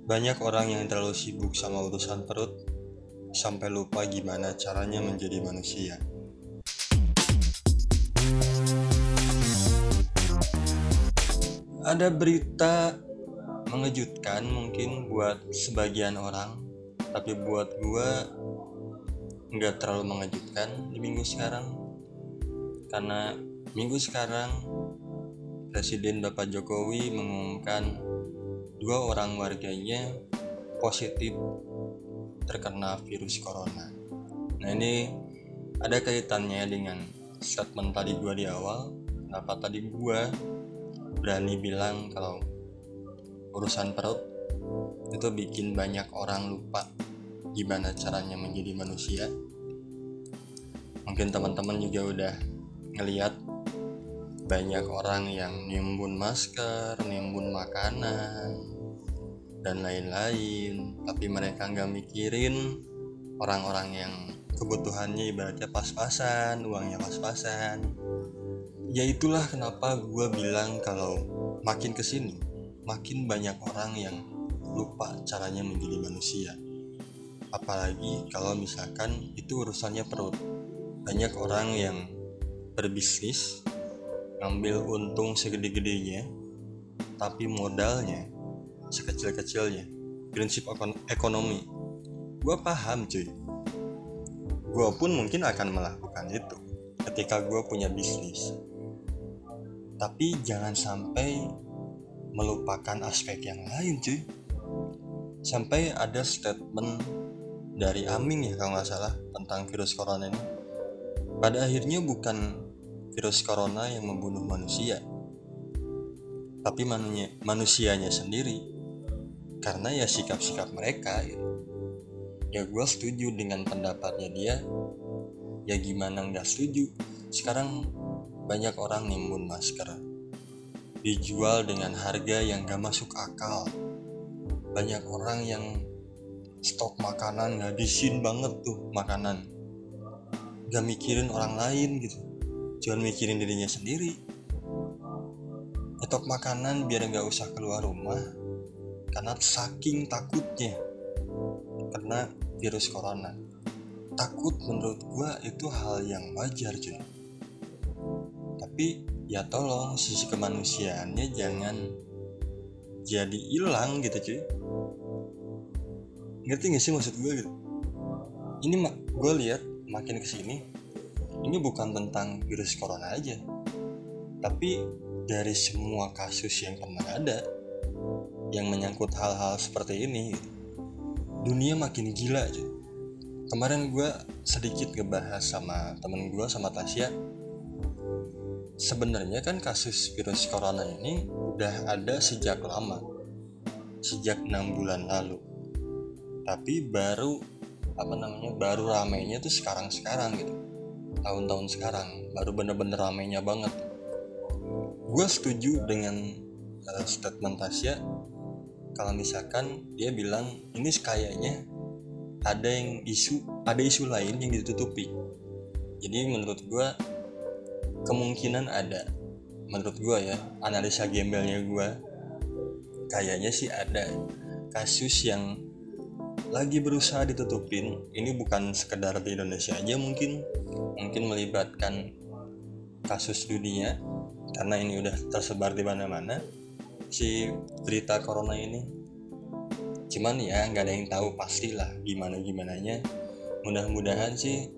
Banyak orang yang terlalu sibuk sama urusan perut sampai lupa gimana caranya menjadi manusia. Ada berita mengejutkan mungkin buat sebagian orang, tapi buat gua nggak terlalu mengejutkan di minggu sekarang. Karena minggu sekarang Presiden Bapak Jokowi mengumumkan 2 orang warganya positif terkena virus corona. Nah, ini ada kaitannya dengan statement tadi gua di awal. Kenapa tadi gua berani bilang kalau urusan perut itu bikin banyak orang lupa gimana caranya menjadi manusia. Mungkin teman-teman juga udah ngeliat banyak orang yang nimbun masker, nimbun makanan, dan lain-lain, tapi mereka nggak mikirin orang-orang yang kebutuhannya ibaratnya pas-pasan, uangnya pas-pasan. Ya itulah kenapa gue bilang kalau makin kesini makin banyak orang yang lupa caranya menjadi manusia. Apalagi kalau misalkan itu urusannya perut. Banyak orang yang berbisnis ngambil untung segede-gedenya, tapi modalnya sekecil-kecilnya. Prinsip ekonomi, gue paham cuy. Gue pun mungkin akan melakukan itu ketika gue punya bisnis. Tapi jangan sampai melupakan aspek yang lain cuy. Sampai ada statement dari Aming ya kalau nggak salah tentang virus corona ini. Pada akhirnya bukan virus corona yang membunuh manusia, tapi manusianya sendiri, karena ya sikap-sikap mereka gitu. Ya gue setuju dengan pendapatnya dia, ya gimana nggak setuju. Sekarang banyak orang nimbun masker dijual dengan harga yang gak masuk akal. Banyak orang yang stok makanan ngabisin banget tuh makanan, gak mikirin orang lain gitu, cuma mikirin dirinya sendiri. Stok makanan biar gak usah keluar rumah karena saking takutnya kena virus corona. Takut menurut gua itu hal yang wajar cuy. Tapi ya tolong sisi kemanusiaannya jangan jadi hilang gitu cuy. Ngerti gak sih maksud gue gitu? Ini gue lihat makin kesini ini bukan tentang virus corona aja, tapi dari semua kasus yang pernah ada yang menyangkut hal-hal seperti ini gitu. Dunia makin gila cuy. Kemarin gue sedikit ngebahas sama temen gue, sama Tasya. Sebenarnya kan kasus virus corona ini udah ada sejak lama, sejak 6 bulan lalu. Tapi baru baru ramainya tuh sekarang gitu, tahun-tahun sekarang baru bener-bener ramainya banget. Gue setuju dengan statement Tasya kalau misalkan dia bilang ini kayaknya ada isu lain yang ditutupi. Jadi menurut gue kemungkinan ada, menurut gue ya, analisa gembelnya gue, kayaknya sih ada kasus yang lagi berusaha ditutupin. Ini bukan sekedar di Indonesia aja, mungkin melibatkan kasus dunia, karena ini udah tersebar di mana-mana si berita corona ini. Cuman ya nggak ada yang tahu pastilah gimananya. Mudah-mudahan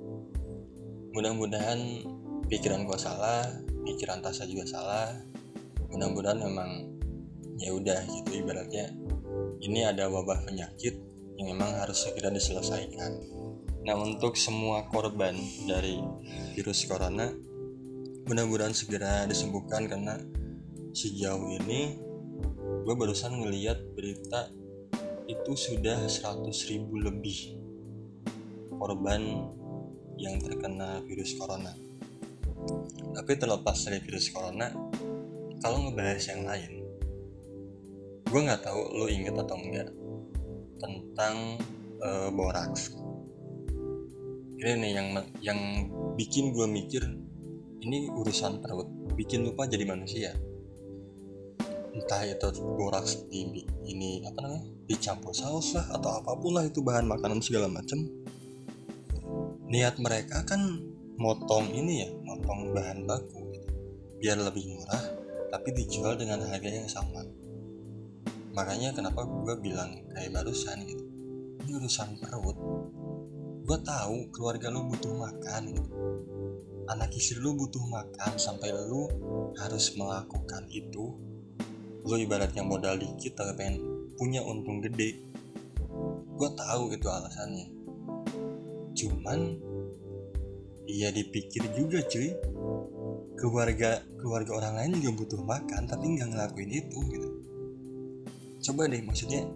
pikiran gua salah, pikiran Tasya juga salah. Mudah-mudahan memang ya udah gitu, ibaratnya ini ada wabah penyakit yang memang harus segera diselesaikan. Nah, untuk semua korban dari virus corona mudah-mudahan segera disembuhkan, karena sejauh ini gue barusan ngeliat berita itu sudah 100.000 lebih korban yang terkena virus corona. Tapi terlepas dari virus corona, kalau ngebahas yang lain, gue nggak tahu lo inget atau enggak tentang boraks. Ini nih yang bikin gue mikir ini urusan perut, bikin lupa jadi manusia. entah itu boraks dicampur saus lah atau apapun lah itu bahan makanan segala macam. Niat mereka kan motong bahan baku gitu, biar lebih murah tapi dijual dengan harga yang sama. Makanya kenapa gue bilang kayak barusan gitu, ini urusan perut. Gue tahu keluarga lu butuh makan gitu, anak istri lu butuh makan, sampai lu harus melakukan itu. Lu ibaratnya modal dikit tapi pengen punya untung gede. Gue tahu itu alasannya. Cuman ya dipikir juga cuy, keluarga orang lain juga butuh makan tapi nggak ngelakuin itu gitu. Coba deh, maksudnya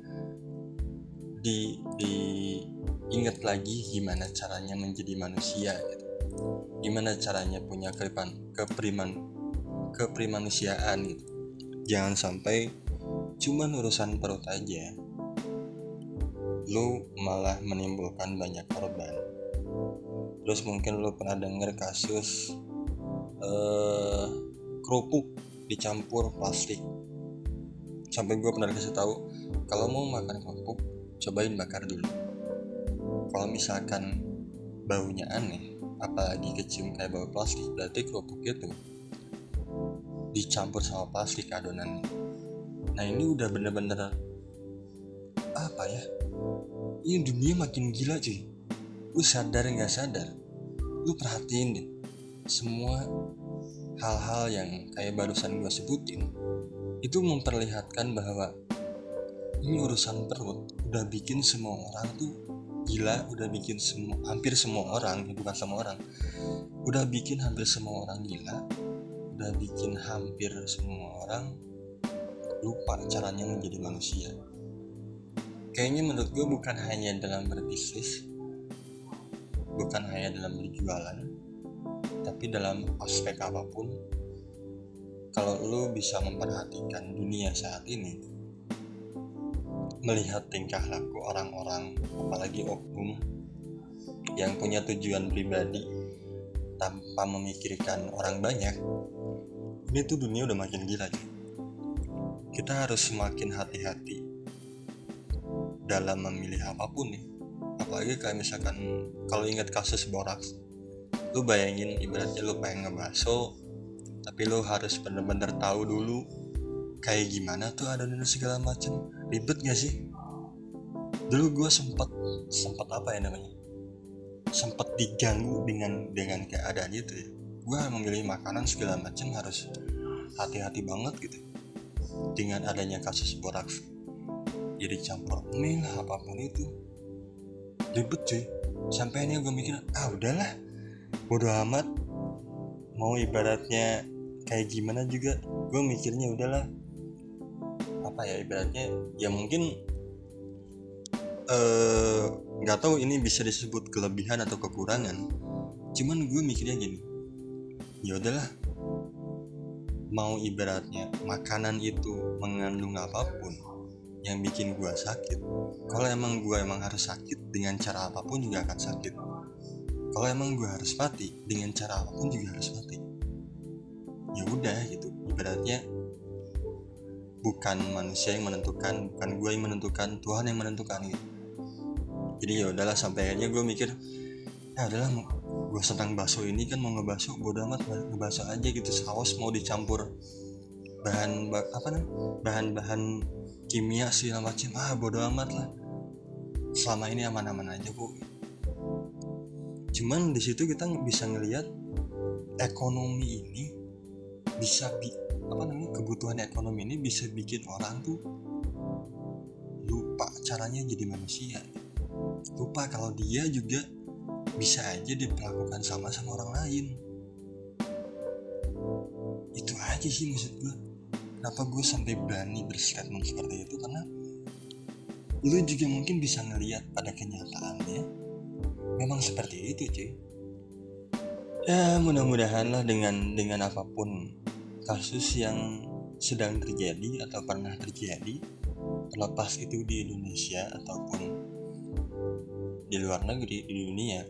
diingat lagi gimana caranya menjadi manusia gitu. Gimana caranya punya keprimanusiaan gitu. Jangan sampai cuman urusan perut aja lu malah menimbulkan banyak korban. Terus mungkin lu pernah dengar kasus kerupuk dicampur plastik. Sampai gue pernah kasih tahu, kalau mau makan kerupuk cobain bakar dulu. Kalau misalkan baunya aneh, apalagi kecium kayak bau plastik, berarti kerupuk itu dicampur sama plastik adonannya. Nah ini udah bener-bener apa ya, ini dunia makin gila cuy. Lu sadar gak sadar, lu perhatiin deh, semua hal-hal yang kayak barusan gue sebutin itu memperlihatkan bahwa ini urusan perut udah bikin semua orang tuh gila. Udah bikin hampir semua orang, bukan semua orang, udah bikin hampir semua orang gila. Udah bikin hampir semua orang lupa caranya menjadi manusia. Kayaknya menurut gue bukan hanya dalam berbisnis, bukan hanya dalam berjualan, tapi dalam aspek apapun. Kalau lu bisa memperhatikan dunia saat ini, melihat tingkah laku orang-orang, apalagi oknum yang punya tujuan pribadi tanpa memikirkan orang banyak, ini tuh dunia udah makin gila. Kita harus semakin hati-hati dalam memilih apapun nih. Apalagi kayak misalkan kalau ingat kasus boraks, lu bayangin ibaratnya lu pengen ngebahso, tapi lu harus bener-bener tahu dulu kayak gimana tuh adonan segala macem. Ribet gak sih? Dulu gue sempat diganggu dengan keadaan itu ya. Gue memilih makanan segala macam harus hati-hati banget gitu dengan adanya kasus boraks. Jadi campur mie lah apapun itu, ribet cuy. Sampai ini gue mikir, udahlah, bodo amat. Mau ibaratnya kayak gimana juga, gue mikirnya udahlah. Ibaratnya ya mungkin nggak tahu ini bisa disebut kelebihan atau kekurangan. Cuman gue mikirnya gini, ya udahlah, mau ibaratnya makanan itu mengandung apapun yang bikin gue sakit, kalau emang gue harus sakit dengan cara apapun juga akan sakit. Kalau emang gue harus mati dengan cara apapun juga harus mati. Ya udah gitu, ibaratnya bukan manusia yang menentukan, bukan gue yang menentukan, Tuhan yang menentukan gitu. Jadi ya udahlah, sampai akhirnya gue mikir, ya udahlah, gue senang bakso ini kan, mau ngebakso bodo amat, ngebakso aja gitu. Saus mau dicampur bahan kimia segala macam, bodo amat lah, selama ini aman-aman aja kok. Cuman di situ kita bisa ngelihat ekonomi ini bisa kebutuhan ekonomi ini bisa bikin orang tuh lupa caranya jadi manusia, lupa kalau dia juga bisa aja diperlakukan sama orang lain. Itu aja sih maksud gue. Kenapa gue sampai berani berstatement seperti itu, karena lu juga mungkin bisa ngelihat pada kenyataannya memang seperti itu cuy. Ya mudah-mudahan lah dengan apapun kasus yang sedang terjadi atau pernah terjadi, terlepas itu di Indonesia ataupun di luar negeri, di dunia,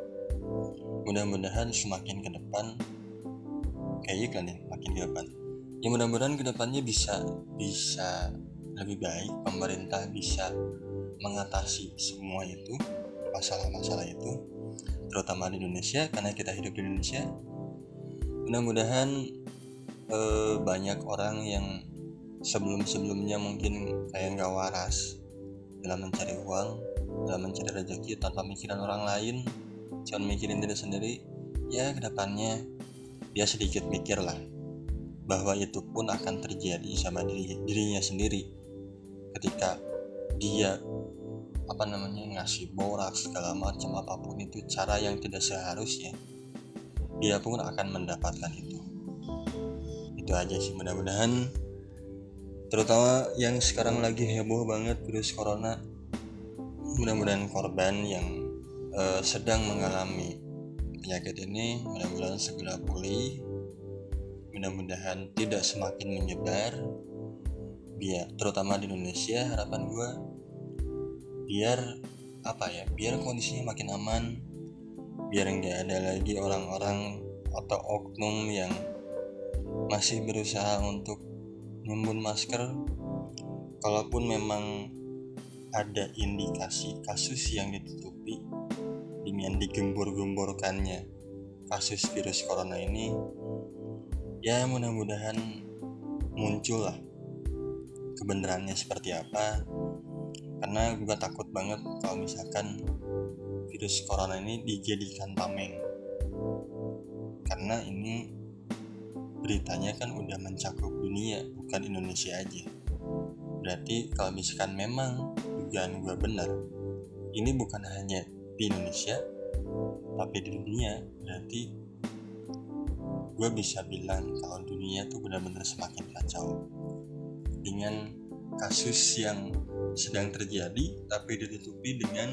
mudah-mudahan semakin ke depan kayak iklan ya, makin ke depan Ya mudah-mudahan kedepannya bisa lebih baik, pemerintah bisa mengatasi semua itu, masalah-masalah itu, terutama di Indonesia karena kita hidup di Indonesia. Mudah-mudahan banyak orang yang sebelum-sebelumnya mungkin kayak nggak waras dalam mencari uang, dalam mencari rezeki tanpa mikirin orang lain, cuma mikirin diri sendiri. Ya kedepannya dia sedikit mikir lah bahwa itu pun akan terjadi sama dirinya sendiri ketika dia ngasih borak segala macam, apapun itu cara yang tidak seharusnya, dia pun akan mendapatkan itu aja sih. Mudah-mudahan terutama yang sekarang lagi heboh banget virus corona, mudah-mudahan korban yang sedang mengalami penyakit ini mudah-mudahan segera pulih, mudah-mudahan tidak semakin menyebar, biar terutama di Indonesia harapan gue biar kondisinya makin aman, biar nggak ada lagi orang-orang atau oknum yang masih berusaha untuk nimbun masker. Kalaupun memang ada indikasi kasus yang ditutupi dengan digembor-gemborkannya kasus virus corona ini, ya mudah-mudahan muncul lah kebenarannya seperti apa. Karena gue takut banget kalau misalkan virus corona ini dijadikan tameng, karena ini beritanya kan udah mencakup dunia, bukan Indonesia aja. Berarti kalau misalkan memang dugaan gue benar, ini bukan hanya di Indonesia tapi di dunia, berarti gue bisa bilang kalau dunia tuh benar-benar semakin kacau dengan kasus yang sedang terjadi tapi ditutupi dengan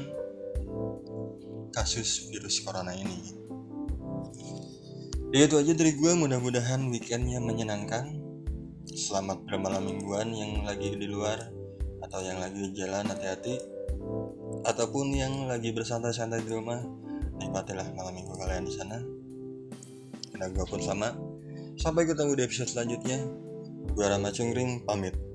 kasus virus corona ini. Ya itu aja dari gue, mudah-mudahan weekendnya menyenangkan. Selamat bermalam mingguan yang lagi di luar atau yang lagi di jalan, hati-hati. Ataupun yang lagi bersantai-santai di rumah, nikmatilah malam minggu kalian di sana. Karena gue pun sama. Sampai ketemu di episode selanjutnya. Gue Rama Cungkring pamit.